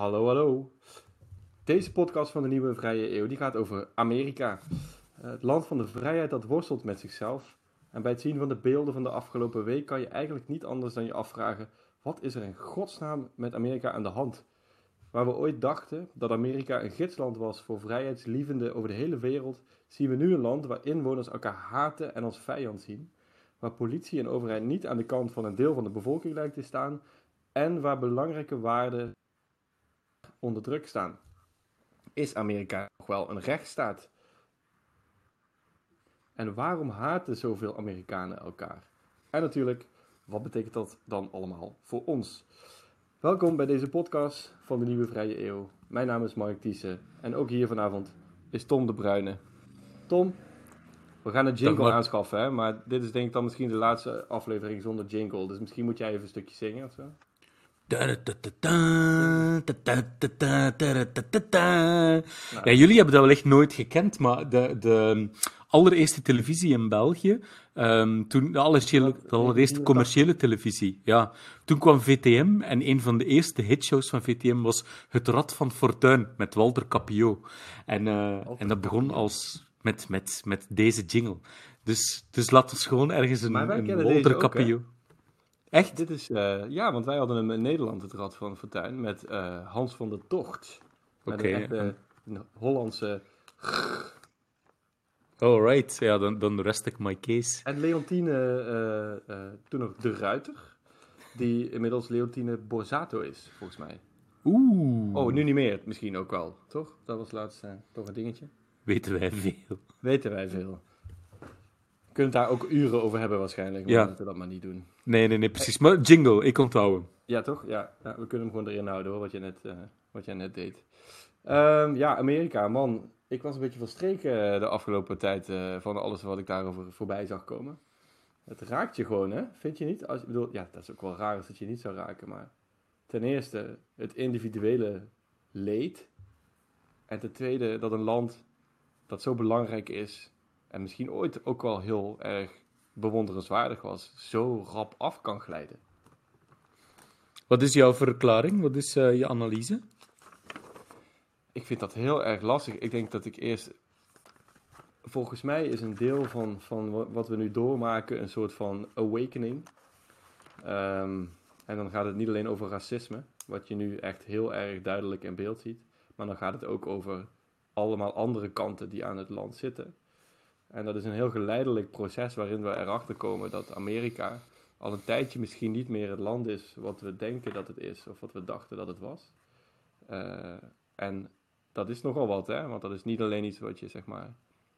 Hallo, hallo. Deze podcast van de Nieuwe Vrije Eeuw die gaat over Amerika. Het land van de vrijheid dat worstelt met zichzelf. En bij het zien van de beelden van de afgelopen week kan je eigenlijk niet anders dan je afvragen: wat is er in godsnaam met Amerika aan de hand? Waar we ooit dachten dat Amerika een gidsland was voor vrijheidslievenden over de hele wereld, zien we nu een land waar inwoners elkaar haten en als vijand zien. Waar politie en overheid niet aan de kant van een deel van de bevolking lijkt te staan. En waar belangrijke waarden onder druk staan. Is Amerika nog wel een rechtsstaat? En waarom haten zoveel Amerikanen elkaar? En natuurlijk, wat betekent dat dan allemaal voor ons? Welkom bij deze podcast van de Nieuwe Vrije Eeuw. Mijn naam is Mark Thiessen en ook hier vanavond is Tom de Bruyne. Tom, we gaan een jingle aanschaffen, hè? Maar dit is denk ik dan misschien de laatste aflevering zonder jingle. Dus misschien moet jij even een stukje zingen of zo. Ja, jullie hebben dat wellicht nooit gekend, maar de allereerste televisie in België, toen de allereerste commerciële televisie, ja, toen kwam VTM en een van de eerste hitshows van VTM was Het Rad van Fortuin met Walter Capio. En dat begon met deze jingle. Dus laten we gewoon ergens een Walter Capio... Echt? Dit is, ja, want wij hadden hem in Nederland, Het Rad van Fortuin, met Hans van der Tocht. Met een Hollandse... Alright, ja, dan rest ik my case. En Leontine, toen nog de Ruiter, die inmiddels Leontine Borsato is, volgens mij. Oeh. Oh, nu niet meer, misschien ook wel, toch? Dat was laatst toch een dingetje. Weten wij veel. We kunnen het daar ook uren over hebben waarschijnlijk, maar laten we dat maar niet doen. Nee, precies. Maar jingle, ik onthoud hem. Ja, toch? Ja, we kunnen hem gewoon erin houden, hoor, wat jij net deed. Ja, Amerika, man. Ik was een beetje van streek de afgelopen tijd van alles wat ik daarover voorbij zag komen. Het raakt je gewoon, hè? Vind je niet? Ik bedoel, ja, dat is ook wel raar als het je niet zou raken, maar ten eerste het individuele leed. En ten tweede dat een land dat zo belangrijk is en misschien ooit ook wel heel erg bewonderenswaardig was, zo rap af kan glijden. Wat is jouw verklaring? Wat is je analyse? Ik vind dat heel erg lastig. Ik denk dat ik eerst... Volgens mij is een deel van wat we nu doormaken een soort van awakening. En dan gaat het niet alleen over racisme, wat je nu echt heel erg duidelijk in beeld ziet. Maar dan gaat het ook over allemaal andere kanten die aan het land zitten. En dat is een heel geleidelijk proces waarin we erachter komen dat Amerika al een tijdje misschien niet meer het land is wat we denken dat het is, of wat we dachten dat het was. En dat is nogal wat, hè? Want dat is niet alleen iets wat je, zeg maar,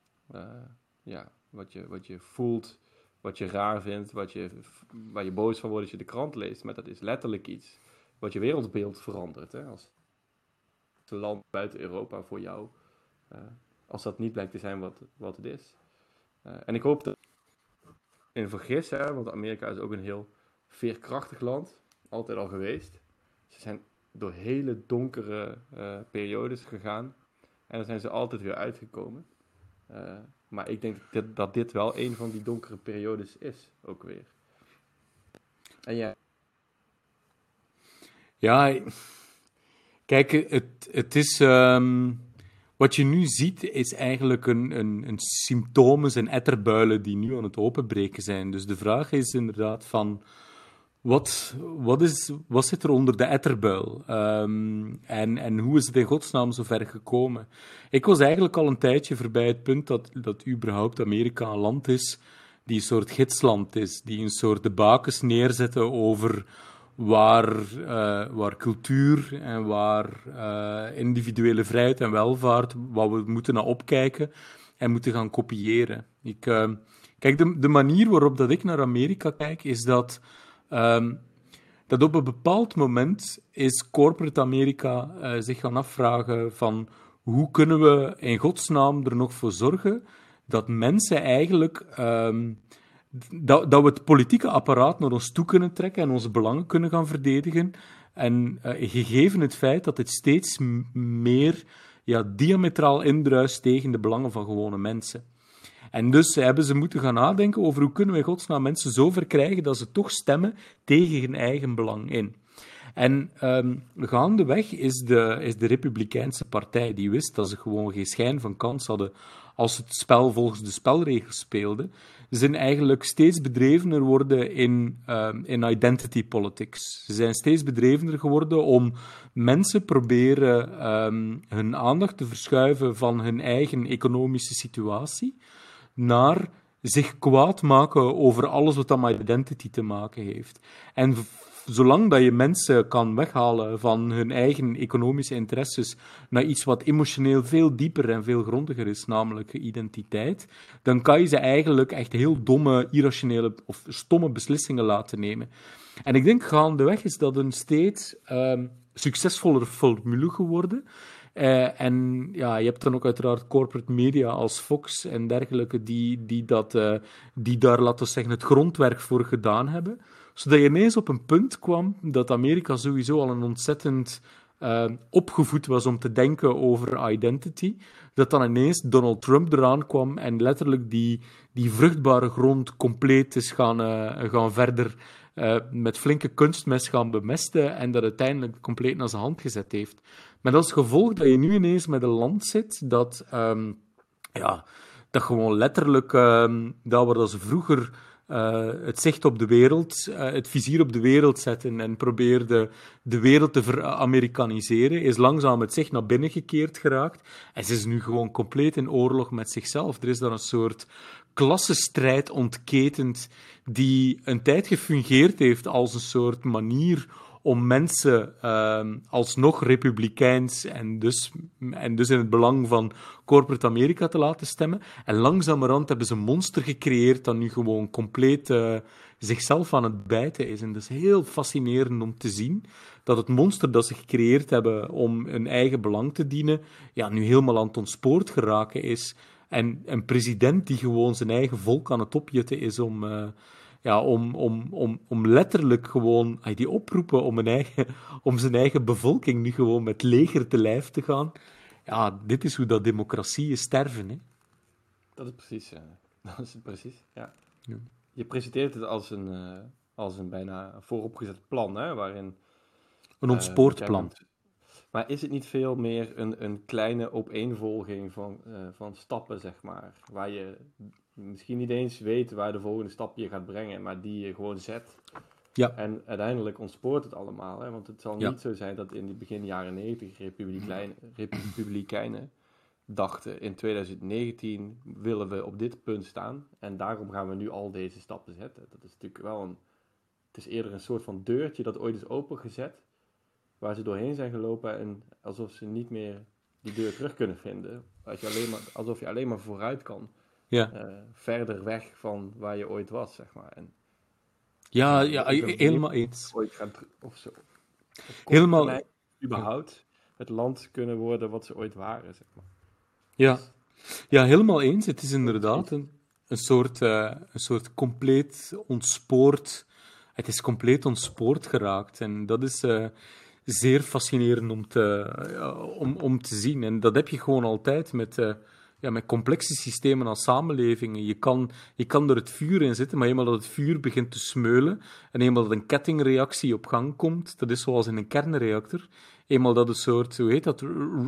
wat je voelt, wat je raar vindt, waar je boos van wordt als je de krant leest. Maar dat is letterlijk iets wat je wereldbeeld verandert, hè? Als een land buiten Europa voor jou, als dat niet blijkt te zijn wat het is. En ik hoop dat in vergis, hè, want Amerika is ook een heel veerkrachtig land, altijd al geweest. Ze zijn door hele donkere periodes gegaan en dan zijn ze altijd weer uitgekomen. Maar ik denk dat dit wel een van die donkere periodes is, ook weer. En jij? Ja, kijk, het is... Wat je nu ziet, is eigenlijk een symptomen en etterbuilen die nu aan het openbreken zijn. Dus de vraag is inderdaad van... Wat zit er onder de etterbuil? En hoe is het in godsnaam zo ver gekomen? Ik was eigenlijk al een tijdje voorbij het punt dat überhaupt Amerika een land is die een soort gidsland is, die een soort de bakens neerzetten over waar cultuur en waar individuele vrijheid en welvaart, wat we moeten naar opkijken en moeten gaan kopiëren. Kijk, de manier waarop dat ik naar Amerika kijk, is dat op een bepaald moment is corporate Amerika zich gaan afvragen van hoe kunnen we in godsnaam er nog voor zorgen dat mensen eigenlijk... Dat we het politieke apparaat naar ons toe kunnen trekken en onze belangen kunnen gaan verdedigen. En gegeven het feit dat het steeds meer diametraal indruist tegen de belangen van gewone mensen. En dus hebben ze moeten gaan nadenken over hoe kunnen we in godsnaam mensen zo ver krijgen dat ze toch stemmen tegen hun eigen belang in. En gaandeweg is de Republikeinse partij, die wist dat ze gewoon geen schijn van kans hadden als het spel volgens de spelregels speelde, zijn eigenlijk steeds bedrevener worden in identity politics. Ze zijn steeds bedrevener geworden om mensen proberen hun aandacht te verschuiven van hun eigen economische situatie naar zich kwaad maken over alles wat dan met identity te maken heeft. En zolang dat je mensen kan weghalen van hun eigen economische interesses naar iets wat emotioneel veel dieper en veel grondiger is, namelijk identiteit, dan kan je ze eigenlijk echt heel domme, irrationele of stomme beslissingen laten nemen. En ik denk gaandeweg is dat een steeds succesvollere formule geworden. En ja, je hebt dan ook uiteraard corporate media als Fox en dergelijke die daar, laten we zeggen, het grondwerk voor gedaan hebben. Zodat je ineens op een punt kwam dat Amerika sowieso al een ontzettend opgevoed was om te denken over identity. Dat dan ineens Donald Trump eraan kwam en letterlijk die vruchtbare grond compleet is gaan verder met flinke kunstmes gaan bemesten en dat uiteindelijk compleet naar zijn hand gezet heeft. Met als gevolg dat je nu ineens met een land zit dat gewoon letterlijk, dat waar ze vroeger het zicht op de wereld, het vizier op de wereld zetten en probeerde de wereld te veramerikaniseren, is langzaam het zicht naar binnen gekeerd geraakt. En ze is nu gewoon compleet in oorlog met zichzelf. Er is dan een soort klassenstrijd ontketend die een tijd gefungeerd heeft als een soort manier om mensen alsnog republikeins en dus in het belang van corporate Amerika te laten stemmen. En langzamerhand hebben ze een monster gecreëerd dat nu gewoon compleet zichzelf aan het bijten is. En dat is heel fascinerend om te zien dat het monster dat ze gecreëerd hebben om hun eigen belang te dienen, ja, nu helemaal aan het ontspoord geraken is. En een president die gewoon zijn eigen volk aan het opjutten is om letterlijk gewoon die oproepen om zijn eigen bevolking nu gewoon met leger te lijf te gaan. Ja, dit is hoe dat democratieën sterven, hè. Dat is precies, dat is het precies, ja. Ja. Je presenteert het als een bijna vooropgezet plan, hè, waarin... Een ontspoord plan. Maar is het niet veel meer een kleine opeenvolging van stappen, zeg maar, waar je misschien niet eens weet waar de volgende stap je gaat brengen, maar die je gewoon zet. Ja. En uiteindelijk ontspoort het allemaal, hè? Want het zal niet zo zijn dat in de begin jaren 90 republikeinen dachten in 2019 willen we op dit punt staan en daarom gaan we nu al deze stappen zetten. Dat is natuurlijk wel het is eerder een soort van deurtje dat ooit is opengezet, waar ze doorheen zijn gelopen en alsof ze niet meer die deur terug kunnen vinden. Alsof je alleen maar vooruit kan. Ja. Verder weg van waar je ooit was, zeg maar. En, helemaal eens. Ooit gaan of zo. Helemaal. Überhaupt het land kunnen worden wat ze ooit waren, zeg maar. Ja, helemaal eens. Het is inderdaad een soort compleet ontspoord. Het is compleet ontspoord geraakt. En dat is zeer fascinerend om te zien. En dat heb je gewoon altijd met complexe systemen als samenlevingen. Je kan er het vuur in zitten, maar eenmaal dat het vuur begint te smeulen en eenmaal dat een kettingreactie op gang komt, dat is zoals in een kernreactor, eenmaal dat een soort, hoe heet dat,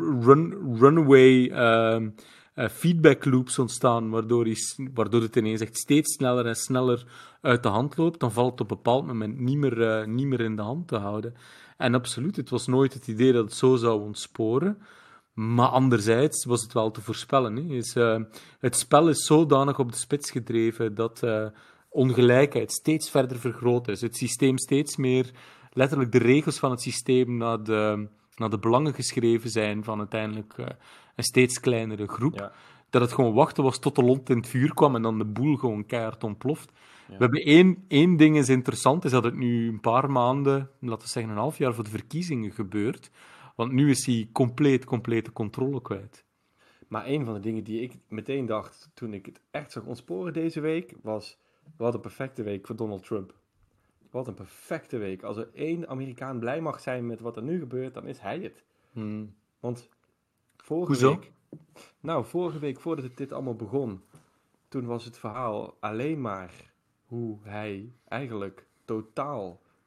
runaway feedback loops ontstaan, waardoor het ineens echt steeds sneller en sneller uit de hand loopt, dan valt het op een bepaald moment niet meer in de hand te houden. En absoluut, het was nooit het idee dat het zo zou ontsporen. Maar anderzijds was het wel te voorspellen. Hè. Het spel is zodanig op de spits gedreven dat ongelijkheid steeds verder vergroot is. Het systeem steeds meer, letterlijk de regels van het systeem naar de belangen geschreven zijn van uiteindelijk een steeds kleinere groep. Ja. Dat het gewoon wachten was tot de lont in het vuur kwam en dan de boel gewoon keihard ontploft. Ja. We hebben één ding is interessant, is dat het nu een paar maanden, laten we zeggen een half jaar voor de verkiezingen gebeurt. Want nu is hij complete controle kwijt. Maar een van de dingen die ik meteen dacht toen ik het echt zag ontsporen deze week, was wat een perfecte week voor Donald Trump. Wat een perfecte week. Als er één Amerikaan blij mag zijn met wat er nu gebeurt, dan is hij het. Want vorige week, voordat dit allemaal begon, toen was het verhaal alleen maar hoe hij eigenlijk totaal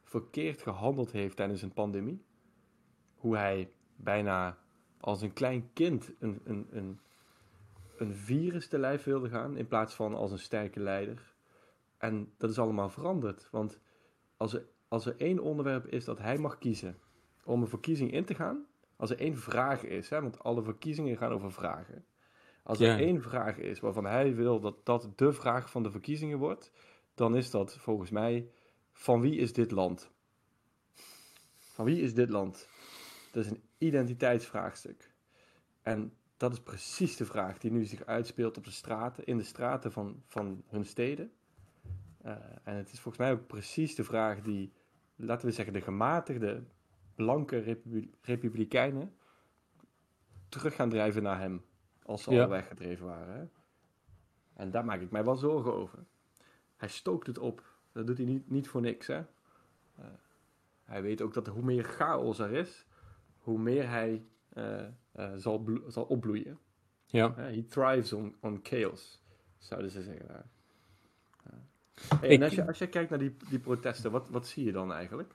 verkeerd gehandeld heeft tijdens een pandemie. Hoe hij bijna als een klein kind een virus te lijf wilde gaan, in plaats van als een sterke leider. En dat is allemaal veranderd. Want als er één onderwerp is dat hij mag kiezen om een verkiezing in te gaan, als er één vraag is, hè, want alle verkiezingen gaan over vragen. Als er één vraag is waarvan hij wil dat dat de vraag van de verkiezingen wordt, dan is dat volgens mij, van wie is dit land? Van wie is dit land? Dat is een identiteitsvraagstuk. En dat is precies de vraag die nu zich uitspeelt op de straten, in de straten van hun steden. En het is volgens mij ook precies de vraag die, laten we zeggen, de gematigde, blanke republikeinen terug gaan drijven naar hem. Als ze al weggedreven waren. Hè? En daar maak ik mij wel zorgen over. Hij stookt het op. Dat doet hij niet voor niks. Hè? Hij weet ook dat hoe meer chaos er is, hoe meer hij zal opbloeien. Ja. He thrives on chaos, zouden ze zeggen daar. Hey, en als je kijkt naar die protesten, wat zie je dan eigenlijk?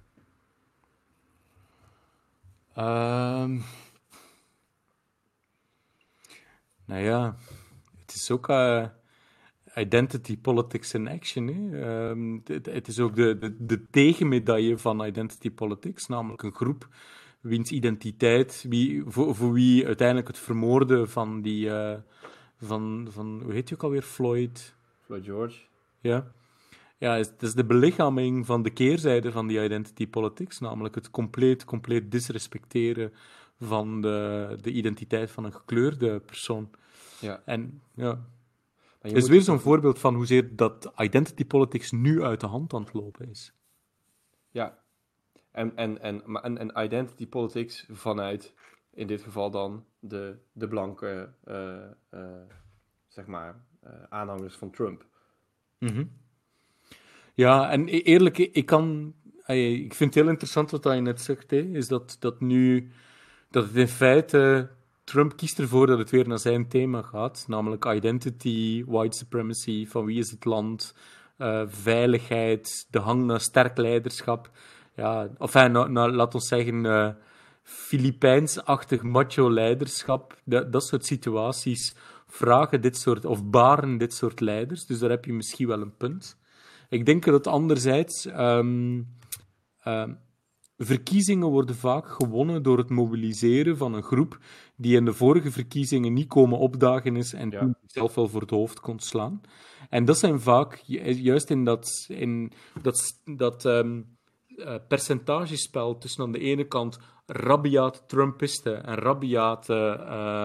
Nou ja, het is ook identity politics in action. Hè? Het is ook de tegenmedaille van identity politics, namelijk een groep wiens identiteit, voor wie uiteindelijk het vermoorden van die, van hoe heet je ook alweer, Floyd George. Ja. Ja, het is de belichaming van de keerzijde van die identity politics, namelijk het compleet disrespecteren van de identiteit van een gekleurde persoon. Ja. En ja, het is weer zo'n voorbeeld van hoezeer dat identity politics nu uit de hand aan het lopen is. Ja, en identity politics vanuit, in dit geval dan, de blanke, zeg maar, aanhangers van Trump. Mm-hmm. Ja, en eerlijk, ik vind het heel interessant wat je net zegt, hè, is dat het in feite, Trump kiest ervoor dat het weer naar zijn thema gaat, namelijk identity, white supremacy, van wie is het land, veiligheid, de hang naar sterk leiderschap. Ja, laat ons zeggen, Filipijns-achtig macho leiderschap, dat soort situaties vragen dit soort, of baren dit soort leiders, dus daar heb je misschien wel een punt. Ik denk dat anderzijds verkiezingen worden vaak gewonnen door het mobiliseren van een groep die in de vorige verkiezingen niet komen opdagen is en toen zelf wel voor het hoofd kon slaan. En dat zijn vaak, juist in dat percentagespel tussen aan de ene kant rabiate Trumpisten en rabiate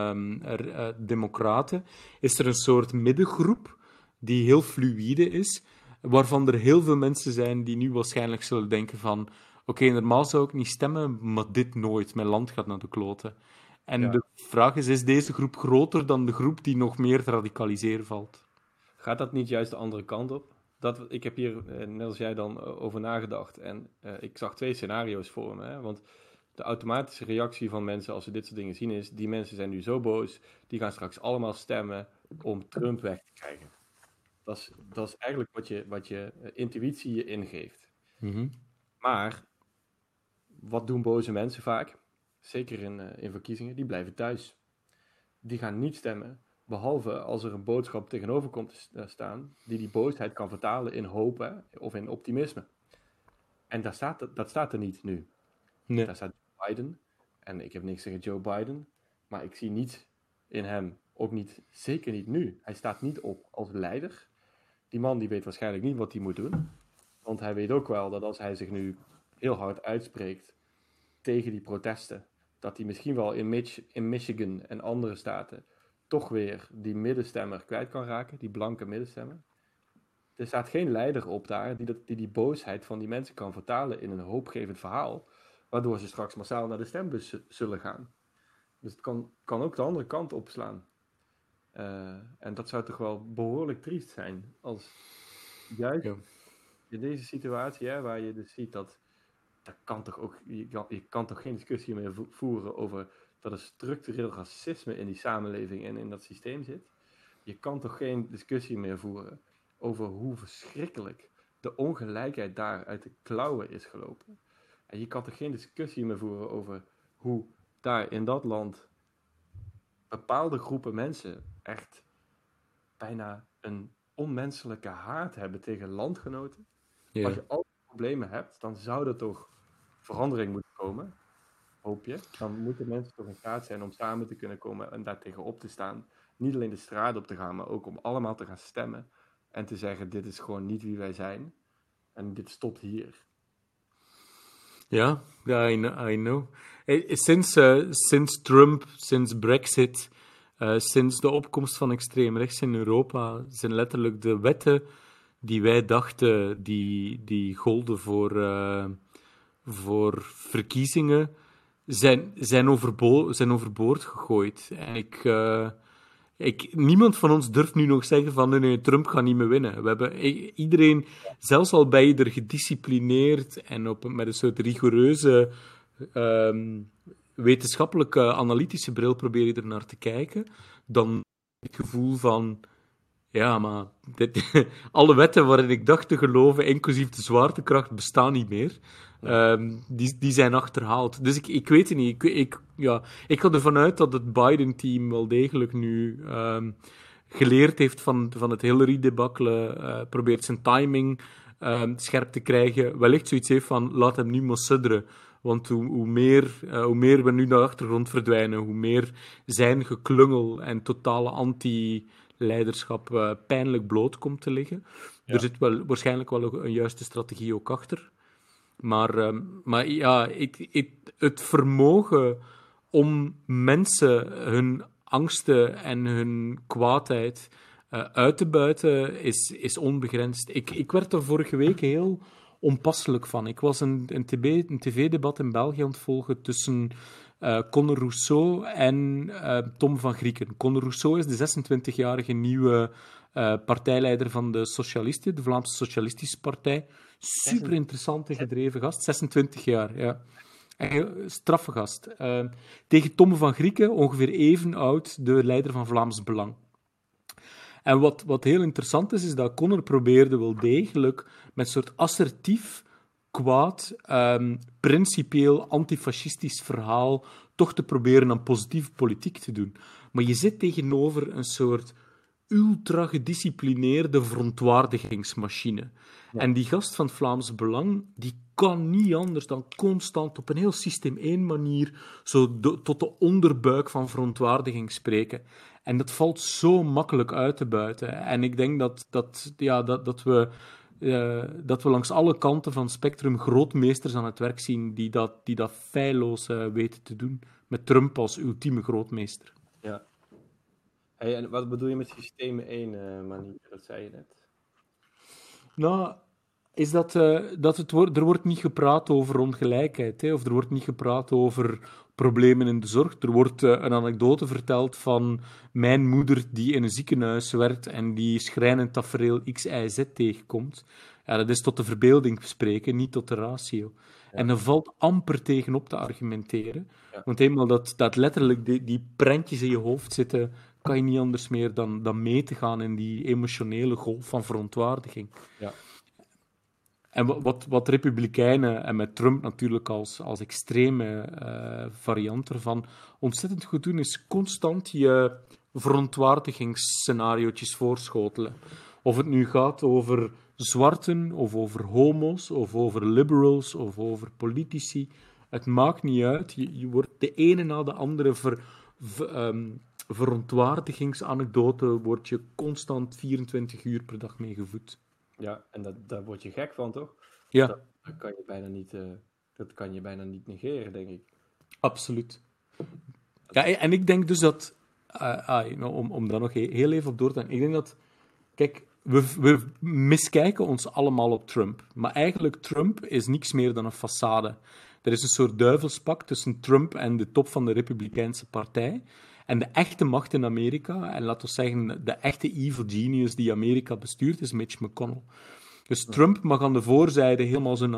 democraten, is er een soort middengroep die heel fluïde is, waarvan er heel veel mensen zijn die nu waarschijnlijk zullen denken van oké, normaal zou ik niet stemmen, maar dit nooit. Mijn land gaat naar de kloten. En de vraag is deze groep groter dan de groep die nog meer te radicaliseren valt? Gaat dat niet juist de andere kant op? Ik heb hier, net als jij dan, over nagedacht. En ik zag 2 scenario's voor me. Hè? Want de automatische reactie van mensen als ze dit soort dingen zien is, die mensen zijn nu zo boos, die gaan straks allemaal stemmen om Trump weg te krijgen. Dat is eigenlijk wat je intuïtie je ingeeft. Mm-hmm. Maar wat doen boze mensen vaak? Zeker in verkiezingen, die blijven thuis. Die gaan niet stemmen, behalve als er een boodschap tegenover komt te staan die boosheid kan vertalen in hoop, hè, of in optimisme. En dat staat er niet nu. Nee. Daar staat Biden. En ik heb niks tegen Joe Biden, maar ik zie niet in hem, ook niet, zeker niet nu. Hij staat niet op als leider. Die man die weet waarschijnlijk niet wat hij moet doen. Want hij weet ook wel dat als hij zich nu heel hard uitspreekt tegen die protesten, dat hij misschien wel in Michigan en andere staten toch weer die middenstemmer kwijt kan raken, die blanke middenstemmer. Er staat geen leider op daar die boosheid van die mensen kan vertalen in een hoopgevend verhaal, waardoor ze straks massaal naar de stembus zullen gaan. Dus het kan ook de andere kant opslaan. En dat zou toch wel behoorlijk triest zijn als juist in deze situatie, hè, waar je dus ziet dat kan toch ook, je kan toch geen discussie meer voeren over dat er structureel racisme in die samenleving en in dat systeem zit. Je kan toch geen discussie meer voeren over hoe verschrikkelijk de ongelijkheid daar uit de klauwen is gelopen. En je kan er geen discussie meer voeren over hoe daar in dat land bepaalde groepen mensen echt bijna een onmenselijke haat hebben tegen landgenoten. Ja. Als je al die problemen hebt, dan zou er toch verandering moeten komen, hoop je. Dan moeten mensen toch in staat zijn om samen te kunnen komen en daar tegenop te staan. Niet alleen de straat op te gaan, maar ook om allemaal te gaan stemmen. En te zeggen, dit is gewoon niet wie wij zijn. En dit stopt hier. Ja, I know. Sinds Trump, sinds Brexit, sinds de opkomst van extreem rechts in Europa, zijn letterlijk de wetten die wij dachten die golden voor verkiezingen, zijn overboord gegooid. En niemand van ons durft nu nog zeggen van nee, Trump gaat niet meer winnen. We hebben iedereen, zelfs al ben je er gedisciplineerd en met een soort rigoureuze wetenschappelijke analytische bril probeer je er naar te kijken, dan het gevoel van ja, maar alle wetten waarin ik dacht te geloven, inclusief de zwaartekracht, bestaan niet meer. Die zijn achterhaald. Dus ik weet het niet. Ik ga ervan uit dat het Biden-team wel degelijk nu geleerd heeft van het Hillary-debakkelen, probeert zijn timing scherp te krijgen. Wellicht zoiets heeft van, laat hem nu maar sudderen. Want hoe meer we nu naar de achtergrond verdwijnen, hoe meer zijn geklungel en totale anti-leiderschap pijnlijk bloot komt te liggen. Ja. Er zit waarschijnlijk wel een juiste strategie ook achter. Maar ja, het vermogen om mensen hun angsten en hun kwaadheid uit te buiten is onbegrensd. Ik werd er vorige week heel onpasselijk van. Ik was een tv-debat in België aan het volgen tussen Conor Rousseau en Tom van Grieken. Conor Rousseau is de 26-jarige nieuwe partijleider van de Socialisten, de Vlaamse Socialistische Partij. Super interessante, gedreven gast. 26 jaar, ja. Straffe gast. Tegen Tom van Grieken, ongeveer even oud, de leider van Vlaams Belang. En wat heel interessant is dat Conor probeerde wel degelijk met een soort assertief, kwaad, principieel antifascistisch verhaal toch te proberen aan positieve politiek te doen. Maar je zit tegenover een soort ultra gedisciplineerde verontwaardigingsmachine. Ja. En die gast van het Vlaams Belang, die kan niet anders dan constant op een heel systeem 1 manier zo tot de onderbuik van verontwaardiging spreken. En dat valt zo makkelijk uit te buiten. En ik denk dat we langs alle kanten van het spectrum grootmeesters aan het werk zien die dat feilloos weten te doen. Met Trump als ultieme grootmeester. Ja. Hey, en wat bedoel je met systeem 1 manier? Dat zei je net. Nou, is dat er wordt niet gepraat over ongelijkheid, hè, of er wordt niet gepraat over problemen in de zorg. Er wordt een anekdote verteld van mijn moeder die in een ziekenhuis werkt en die schrijnend tafereel X, Y, Z tegenkomt. Ja, dat is tot de verbeelding spreken, niet tot de ratio. Ja. En er valt amper tegenop te argumenteren. Ja. Want eenmaal dat letterlijk die prentjes in je hoofd zitten, kan je niet anders meer dan mee te gaan in die emotionele golf van verontwaardiging. Ja. En wat republikeinen, en met Trump natuurlijk als extreme variant ervan, ontzettend goed doen, is constant je verontwaardigingsscenariootjes voorschotelen. Of het nu gaat over zwarten, of over homo's, of over liberals, of over politici. Het maakt niet uit. Je wordt de ene na de andere verontwaardigingsanekdote wordt je constant 24 uur per dag mee gevoed. Ja, en daar word je gek van, toch? Ja. Dat kan je bijna niet negeren, denk ik. Absoluut. Ja, en ik denk dus dat... om daar nog heel even op door te gaan. Ik denk dat... Kijk, we miskijken ons allemaal op Trump. Maar eigenlijk, Trump is niks meer dan een façade. Er is een soort duivelspak tussen Trump en de top van de Republikeinse partij. En de echte macht in Amerika, en laten we zeggen, de echte evil genius die Amerika bestuurt, is Mitch McConnell. Dus Trump mag aan de voorzijde helemaal zijn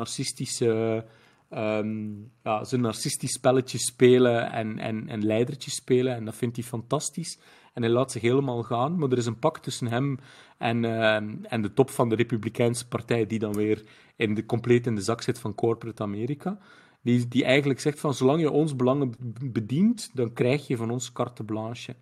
narcistisch spelletje spelen en leidertje spelen. En dat vindt hij fantastisch. en hij laat zich helemaal gaan, maar er is een pact tussen hem en de top van de Republikeinse partij, die dan weer compleet in de zak zit van corporate Amerika, die eigenlijk zegt van, zolang je ons belangen bedient, dan krijg je van ons carte blanche.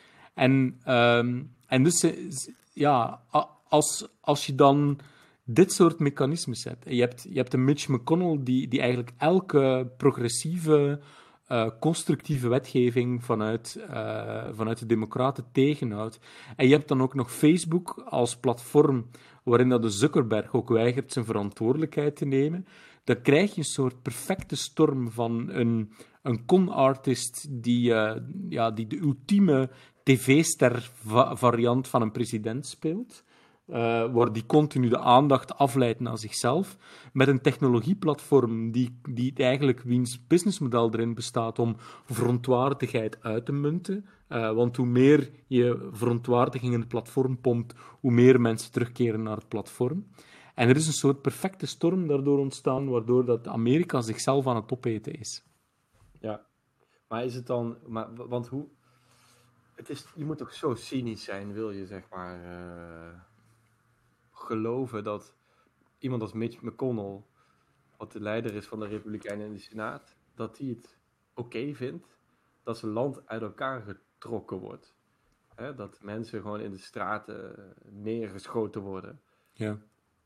En dus, ja, als je dan dit soort mechanismes hebt, en je hebt een Mitch McConnell die eigenlijk elke progressieve, constructieve wetgeving vanuit de Democraten tegenhoudt. En je hebt dan ook nog Facebook als platform waarin dat de Zuckerberg ook weigert zijn verantwoordelijkheid te nemen. Dan krijg je een soort perfecte storm van een con-artist die de ultieme tv-ster-variant van een president speelt, waar die continu de aandacht afleidt naar zichzelf, met een technologieplatform die eigenlijk wiens businessmodel erin bestaat om verontwaardigheid uit te munten. Want hoe meer je verontwaardiging in het platform pompt, hoe meer mensen terugkeren naar het platform. En er is een soort perfecte storm daardoor ontstaan, waardoor dat Amerika zichzelf aan het opeten is. Ja, maar is het dan... want hoe... je moet toch zo cynisch zijn, wil je zeg maar geloven dat iemand als Mitch McConnell, wat de leider is van de Republikeinen in de Senaat, dat hij het oké vindt dat zijn land uit elkaar getrokken wordt. Hè? Dat mensen gewoon in de straten neergeschoten worden. Ja.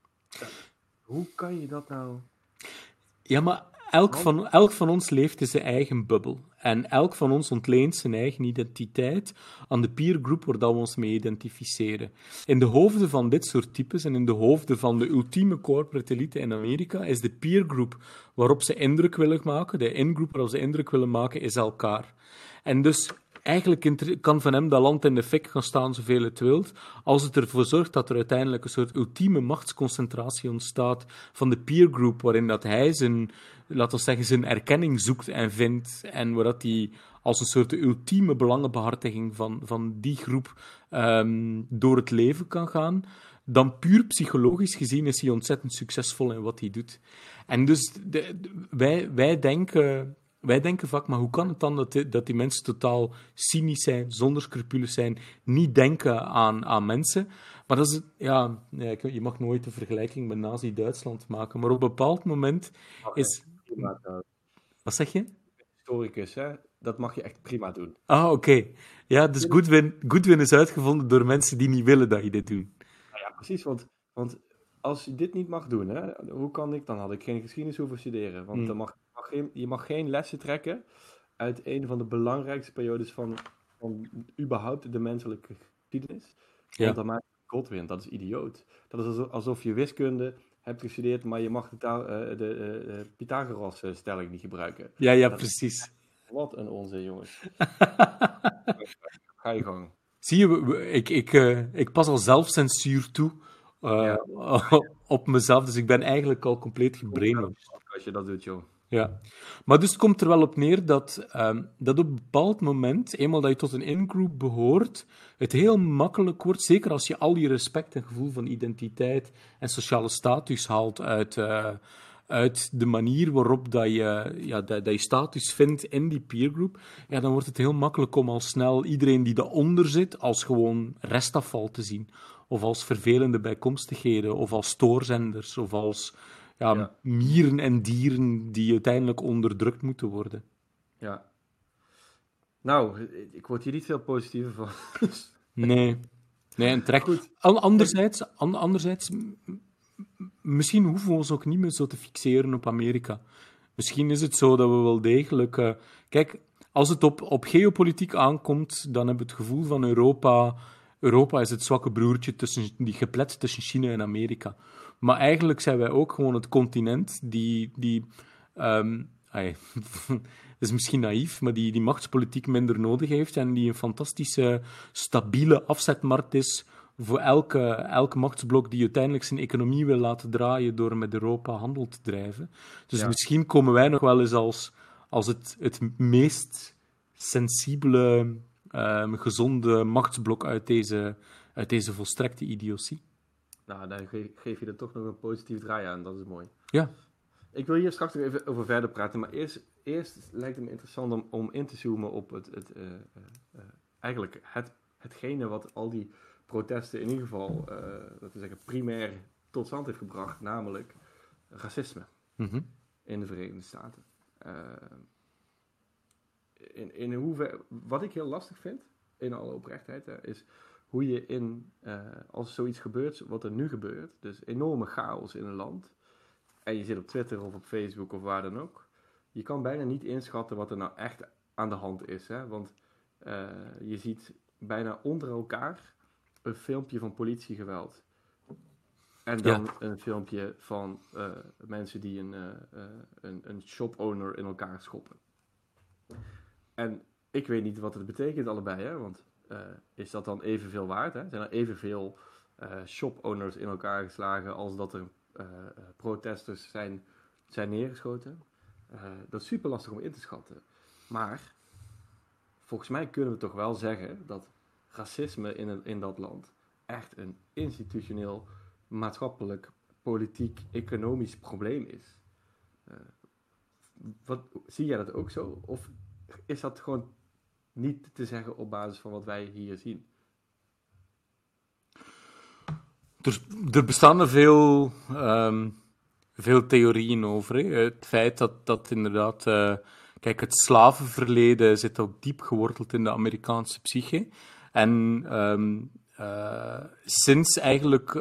Hoe kan je dat nou... Ja, maar elk van ons leeft in zijn eigen bubbel. En elk van ons ontleent zijn eigen identiteit aan de peergroep waar dat we ons mee identificeren. In de hoofden van dit soort types en in de hoofden van de ultieme corporate elite in Amerika is de peergroep waarop ze indruk willen maken, de in-groep waarop ze indruk willen maken, is elkaar. En dus eigenlijk kan van hem dat land in de fik gaan staan zoveel het wilt, als het ervoor zorgt dat er uiteindelijk een soort ultieme machtsconcentratie ontstaat van de peergroep, waarin dat hij zijn erkenning zoekt en vindt, en waar dat hij als een soort ultieme belangenbehartiging van die groep door het leven kan gaan, dan puur psychologisch gezien is hij ontzettend succesvol in wat hij doet. En dus wij denken vaak, maar hoe kan het dan dat die mensen totaal cynisch zijn, zonder scrupules zijn, niet denken aan mensen? Maar dat is, je mag nooit een vergelijking met Nazi-Duitsland maken, maar op een bepaald moment is... Wat zeg je? Historicus, hè? Dat mag je echt prima doen. Ah, oké. Ja, dus Goodwin is uitgevonden door mensen die niet willen dat je dit doet. Ja, precies, want als je dit niet mag doen, hè, hoe kan ik, dan had ik geen geschiedenis hoeven studeren. Want je mag geen lessen trekken uit een van de belangrijkste periodes van überhaupt de menselijke geschiedenis. Want dan maak je Godwin, dat is idioot. Dat is alsof je wiskunde hebt gestudeerd, maar je mag de Pythagoras-stelling niet gebruiken. Ja, precies. Wat een onzin, jongens. Ga je gang. Zie je, ik pas al zelfcensuur toe op mezelf, dus ik ben eigenlijk al compleet gebrainwashed. Als je dat doet, joh. Ja, maar dus het komt er wel op neer dat op een bepaald moment, eenmaal dat je tot een in-groep behoort, het heel makkelijk wordt, zeker als je al je respect en gevoel van identiteit en sociale status haalt uit de manier waarop dat je status vindt in die peergroep, ja, dan wordt het heel makkelijk om al snel iedereen die daaronder zit als gewoon restafval te zien. Of als vervelende bijkomstigheden, of als stoorzenders, of als mieren en dieren die uiteindelijk onderdrukt moeten worden. Ja. Nou, ik word hier niet veel positiever van. Nee, en terecht. Goed. Anderzijds, misschien hoeven we ons ook niet meer zo te fixeren op Amerika. Misschien is het zo dat we wel degelijk... Kijk, als het op geopolitiek aankomt, dan hebben we het gevoel van Europa... Europa is het zwakke broertje die geplet tussen China en Amerika. Maar eigenlijk zijn wij ook gewoon het continent die dat is misschien naïef, maar die machtspolitiek minder nodig heeft en die een fantastische, stabiele afzetmarkt is voor elke machtsblok die uiteindelijk zijn economie wil laten draaien door met Europa handel te drijven. Dus misschien komen wij nog wel eens als het meest sensibele, gezonde machtsblok uit deze volstrekte idiotie. Nou, dan geef je er toch nog een positief draai aan. Dat is mooi. Ja. Ik wil hier straks nog even over verder praten, maar eerst lijkt het me interessant om in te zoomen op eigenlijk het hetgene wat al die protesten in ieder geval, laten we zeggen, primair tot stand heeft gebracht, namelijk racisme in de Verenigde Staten. In hoeverre, wat ik heel lastig vind, in alle oprechtheid, is hoe je als zoiets gebeurt, wat er nu gebeurt, dus enorme chaos in een land, en je zit op Twitter of op Facebook of waar dan ook, je kan bijna niet inschatten wat er nou echt aan de hand is. Hè? Want je ziet bijna onder elkaar een filmpje van politiegeweld. En dan een filmpje van mensen die een shop-owner in elkaar schoppen. En ik weet niet wat het betekent allebei, hè? Want is dat dan evenveel waard? Hè? Zijn er evenveel shop-owners in elkaar geslagen als dat er protesters zijn neergeschoten? Dat is super lastig om in te schatten. Maar volgens mij kunnen we toch wel zeggen dat racisme in dat land echt een institutioneel, maatschappelijk, politiek, economisch probleem is. Zie jij dat ook zo? Of is dat gewoon niet te zeggen op basis van wat wij hier zien? Er bestaan er veel theorieën over. Hè. Het feit dat inderdaad... kijk, het slavenverleden zit ook diep geworteld in de Amerikaanse psyche. En sinds eigenlijk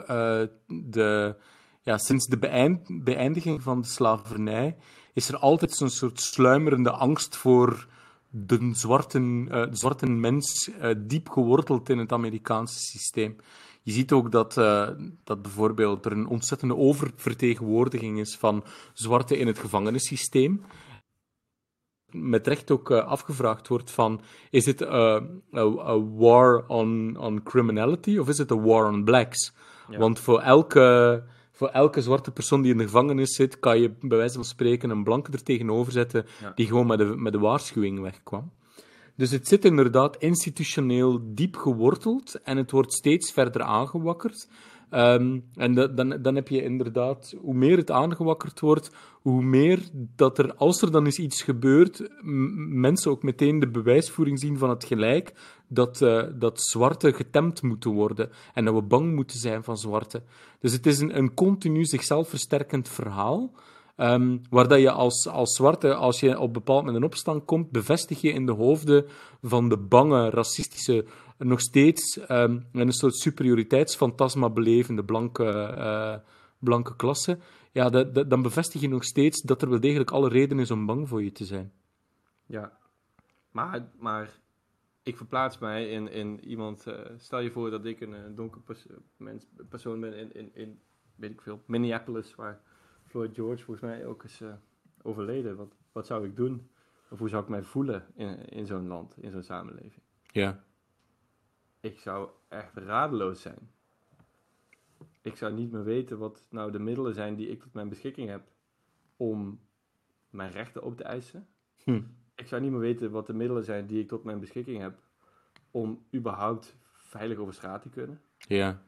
sinds de beëindiging van de slavernij is er altijd zo'n soort sluimerende angst voor de zwarte mens diep geworteld in het Amerikaanse systeem. Je ziet ook dat bijvoorbeeld er een ontzettende oververtegenwoordiging is van zwarten in het gevangenissysteem. Met recht ook afgevraagd wordt van, is het a war on criminality of is het a war on blacks? Ja. Want voor elke zwarte persoon die in de gevangenis zit, kan je bij wijze van spreken een blanke er tegenover zetten die gewoon met de waarschuwing wegkwam. Dus het zit inderdaad institutioneel diep geworteld en het wordt steeds verder aangewakkerd. En dan heb je inderdaad, hoe meer het aangewakkerd wordt, hoe meer dat er, als er dan eens iets gebeurt, mensen ook meteen de bewijsvoering zien van het gelijk dat zwarte getemd moeten worden en dat we bang moeten zijn van zwarte. Dus het is een continu zichzelf versterkend verhaal, waar dat je als zwarte, als je op bepaald moment in opstand komt, bevestig je in de hoofden van de bange, racistische, nog steeds een soort superioriteitsfantasma belevende blanke klasse, ja, dan bevestig je nog steeds dat er wel degelijk alle reden is om bang voor je te zijn. Ja, maar ik verplaats mij in iemand... stel je voor dat ik een donker persoon ben in weet ik veel, Minneapolis, waar Floyd George volgens mij ook is overleden. Wat zou ik doen? Of hoe zou ik mij voelen in zo'n land, in zo'n samenleving? Ja. Ik zou echt radeloos zijn. Ik zou niet meer weten wat nou de middelen zijn die ik tot mijn beschikking heb om mijn rechten op te eisen. Ik zou niet meer weten wat de middelen zijn die ik tot mijn beschikking heb om überhaupt veilig over straat te kunnen. Ja.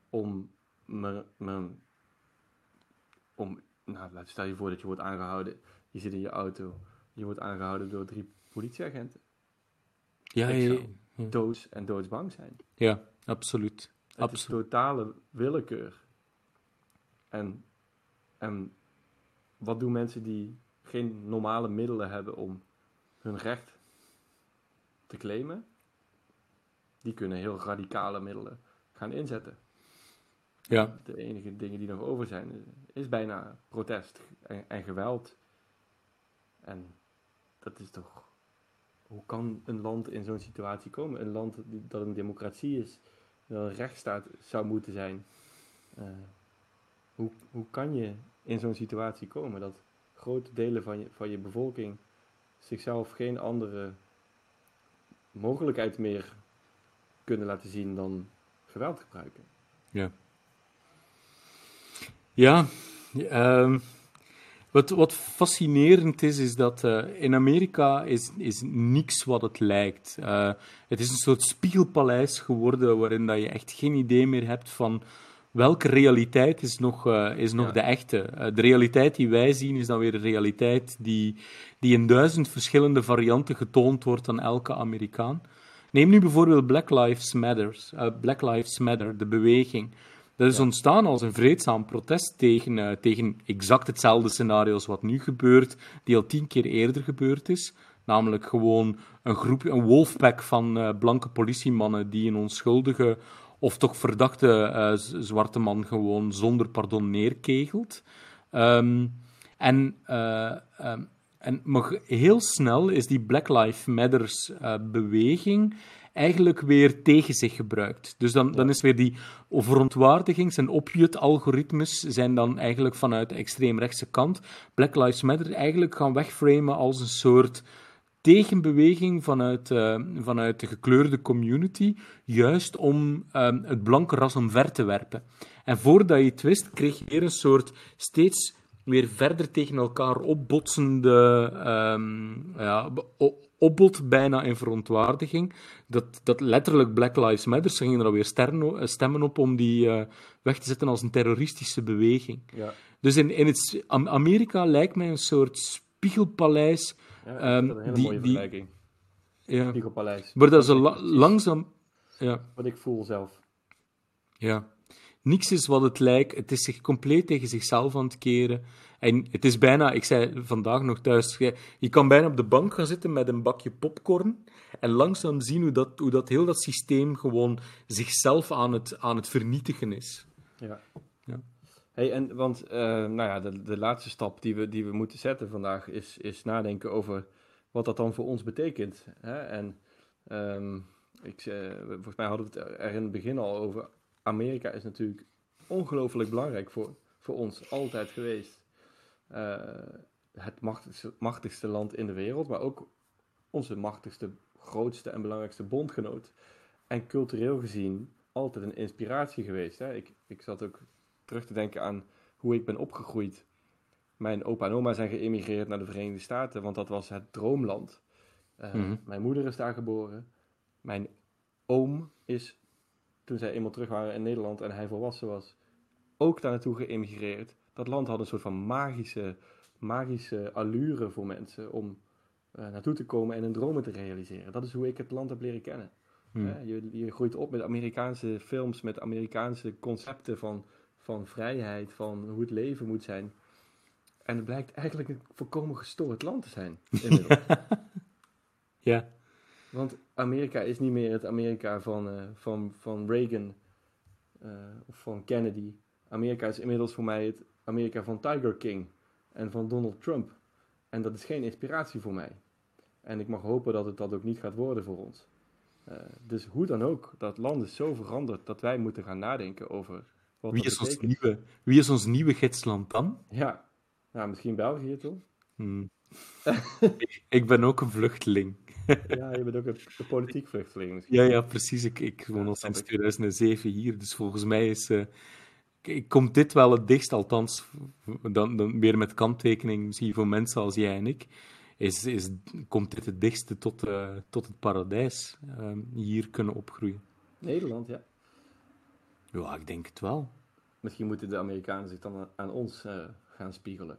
Stel je voor dat je wordt aangehouden, je zit in je auto, je wordt aangehouden door 3 politieagenten. Ja, ik zou doodsbang zijn. Ja, absoluut. Het is totale willekeur. En wat doen mensen die geen normale middelen hebben om hun recht te claimen? Die kunnen heel radicale middelen gaan inzetten. Ja. De enige dingen die nog over zijn, is bijna protest en geweld. En dat is toch... Hoe kan een land in zo'n situatie komen? Een land dat een democratie is, dat een rechtsstaat zou moeten zijn. Hoe kan je in zo'n situatie komen dat grote delen van je bevolking zichzelf geen andere mogelijkheid meer kunnen laten zien dan geweld gebruiken? Ja. Ja, wat fascinerend is dat in Amerika is niks wat het lijkt. Het is een soort spiegelpaleis geworden waarin dat je echt geen idee meer hebt van welke realiteit is nog de echte. De realiteit die wij zien is dan weer een realiteit die in 1000 verschillende varianten getoond wordt aan elke Amerikaan. Neem nu bijvoorbeeld Black Lives Matter, de beweging. Dat is ontstaan als een vreedzaam protest tegen exact hetzelfde scenario als wat nu gebeurt, die al 10 keer eerder gebeurd is. Namelijk gewoon een wolfpack van blanke politiemannen die een onschuldige of toch verdachte zwarte man gewoon zonder pardon neerkegelt. Maar heel snel is die Black Lives Matters beweging eigenlijk weer tegen zich gebruikt. Dus dan is weer die verontwaardigings- en opjut-algoritmes zijn dan eigenlijk vanuit de extreemrechtse kant Black Lives Matter eigenlijk gaan wegframen als een soort tegenbeweging vanuit de gekleurde community, juist om het blanke ras omver te werpen. En voordat je het wist, kreeg je weer een soort steeds weer verder tegen elkaar opbotsende opbod bijna in verontwaardiging. Dat letterlijk Black Lives Matter, ze gingen er alweer stemmen op om die weg te zetten als een terroristische beweging. Ja. Dus in Amerika lijkt mij een soort spiegelpaleis. Ja, dat is een hele mooie vergelijking. Ja. Spiegelpaleis. Maar dat is langzaam... Ja. Wat ik voel zelf. Ja. Niks is wat het lijkt. Het is zich compleet tegen zichzelf aan het keren. En het is bijna... Ik zei vandaag nog thuis... Je kan bijna op de bank gaan zitten met een bakje popcorn en langzaam zien hoe dat heel dat systeem gewoon zichzelf aan het vernietigen is. Ja. Ja. Hey, want de laatste stap die we moeten zetten vandaag is nadenken over wat dat dan voor ons betekent. Hè? En volgens mij hadden we het er in het begin al over. Amerika is natuurlijk ongelooflijk belangrijk voor ons, altijd geweest. Het machtigste land in de wereld, maar ook onze machtigste, grootste en belangrijkste bondgenoot. En cultureel gezien altijd een inspiratie geweest. Hè? Ik zat ook terug te denken aan hoe ik ben opgegroeid. Mijn opa en oma zijn geëmigreerd naar de Verenigde Staten, want dat was het droomland. Mijn moeder is daar geboren. Mijn oom is, toen zij eenmaal terug waren in Nederland en hij volwassen was, ook daar naartoe geëmigreerd. Dat land had een soort van magische allure voor mensen om naartoe te komen en hun dromen te realiseren. Dat is hoe ik het land heb leren kennen. Je groeit op met Amerikaanse films, met Amerikaanse concepten van vrijheid, van hoe het leven moet zijn. En het blijkt eigenlijk een volkomen gestoord land te zijn, inmiddels. Ja. Want Amerika is niet meer het Amerika van Reagan of van Kennedy. Amerika is inmiddels voor mij het Amerika van Tiger King en van Donald Trump. En dat is geen inspiratie voor mij. En ik mag hopen dat het dat ook niet gaat worden voor ons. Dus hoe dan ook, dat land is zo veranderd dat wij moeten gaan nadenken over wat dat betekent. Wie is ons nieuwe gidsland dan? Ja, nou, misschien België toch? Ik ben ook een vluchteling. Ja, je bent ook een politiek vluchteling misschien. Ja, precies. Ik woon al sinds 2007 hier, dus volgens mij komt dit wel het dichtst, althans, dan weer met kanttekening, misschien voor mensen als jij en ik, komt dit het dichtste tot het paradijs, hier kunnen opgroeien. Nederland, ja. Ja, ik denk het wel. Misschien moeten de Amerikanen zich dan aan ons gaan spiegelen.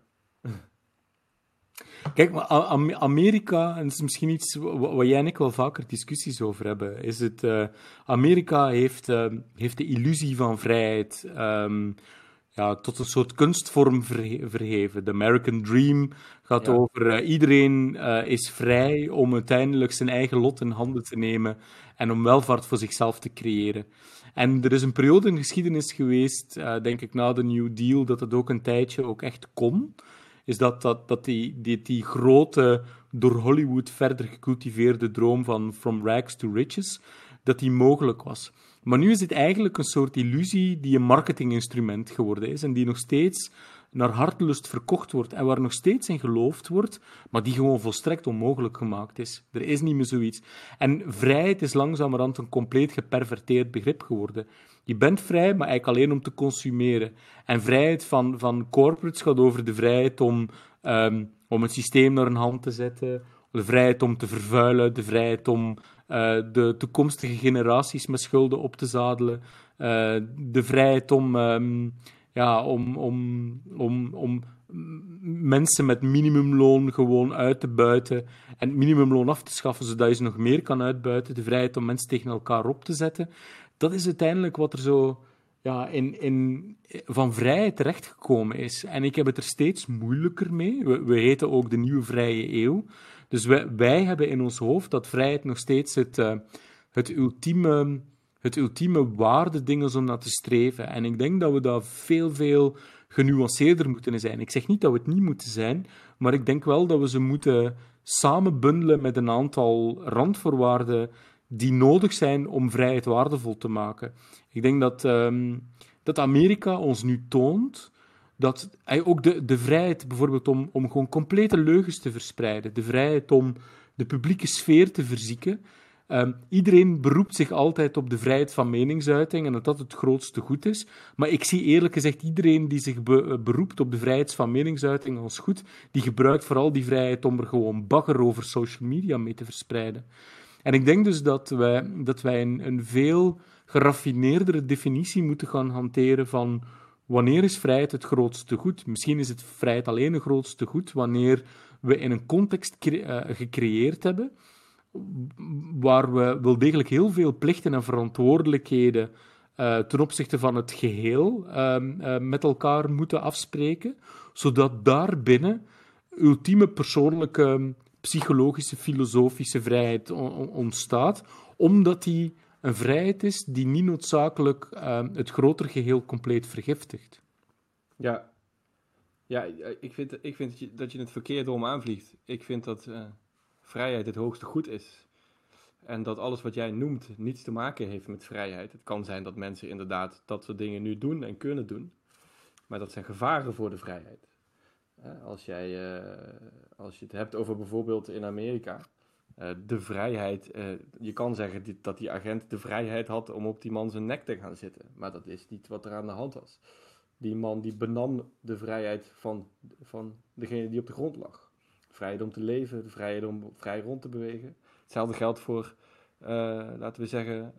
Kijk, maar Amerika, en dat is misschien iets waar jij en ik wel vaker discussies over hebben, is het... Amerika heeft de illusie van vrijheid tot een soort kunstvorm verheven. De American Dream gaat over iedereen is vrij om uiteindelijk zijn eigen lot in handen te nemen en om welvaart voor zichzelf te creëren. En er is een periode in de geschiedenis geweest, denk ik na de New Deal, dat het ook een tijdje ook echt kon. Is dat die grote, door Hollywood verder gecultiveerde droom van From Rags to Riches, dat die mogelijk was. Maar nu is het eigenlijk een soort illusie die een marketinginstrument geworden is en die nog steeds naar hartelust verkocht wordt en waar nog steeds in geloofd wordt, maar die gewoon volstrekt onmogelijk gemaakt is. Er is niet meer zoiets. En vrijheid is langzamerhand een compleet geperverteerd begrip geworden. Je bent vrij, maar eigenlijk alleen om te consumeren. En vrijheid van corporates gaat over de vrijheid om het systeem naar een hand te zetten, de vrijheid om te vervuilen, de vrijheid om de toekomstige generaties met schulden op te zadelen, de vrijheid om mensen met minimumloon gewoon uit te buiten en het minimumloon af te schaffen, zodat je ze nog meer kan uitbuiten, de vrijheid om mensen tegen elkaar op te zetten, dat is uiteindelijk wat er zo van vrijheid terechtgekomen is. En ik heb het er steeds moeilijker mee. We heten ook de nieuwe vrije eeuw. Dus wij hebben in ons hoofd dat vrijheid nog steeds het ultieme waardeding is om naar te streven. En ik denk dat we daar veel genuanceerder moeten zijn. Ik zeg niet dat we het niet moeten zijn, maar ik denk wel dat we ze moeten samenbundelen met een aantal randvoorwaarden die nodig zijn om vrijheid waardevol te maken. Ik denk dat Amerika ons nu toont dat ook de vrijheid bijvoorbeeld om gewoon complete leugens te verspreiden, de vrijheid om de publieke sfeer te verzieken. Iedereen beroept zich altijd op de vrijheid van meningsuiting en dat dat het grootste goed is. Maar ik zie eerlijk gezegd iedereen die zich beroept op de vrijheid van meningsuiting als goed, die gebruikt vooral die vrijheid om er gewoon bagger over social media mee te verspreiden. En ik denk dus dat wij een veel geraffineerdere definitie moeten gaan hanteren van wanneer is vrijheid het grootste goed. Misschien is het vrijheid alleen het grootste goed wanneer we in een context gecreëerd hebben waar we wel degelijk heel veel plichten en verantwoordelijkheden ten opzichte van het geheel met elkaar moeten afspreken, zodat daarbinnen ultieme persoonlijke, psychologische, filosofische vrijheid ontstaat, omdat die een vrijheid is die niet noodzakelijk het grotere geheel compleet vergiftigt. Ja, ik vind dat je het verkeerd om aanvliegt. Ik vind dat vrijheid het hoogste goed is. En dat alles wat jij noemt niets te maken heeft met vrijheid. Het kan zijn dat mensen inderdaad dat soort dingen nu doen en kunnen doen. Maar dat zijn gevaren voor de vrijheid. Als je het hebt over bijvoorbeeld in Amerika, de vrijheid. Je kan zeggen dat die agent de vrijheid had om op die man zijn nek te gaan zitten. Maar dat is niet wat er aan de hand was. Die man die benam de vrijheid van degene die op de grond lag. De vrijheid om te leven, de vrijheid om vrij rond te bewegen. Hetzelfde geldt voor, laten we zeggen,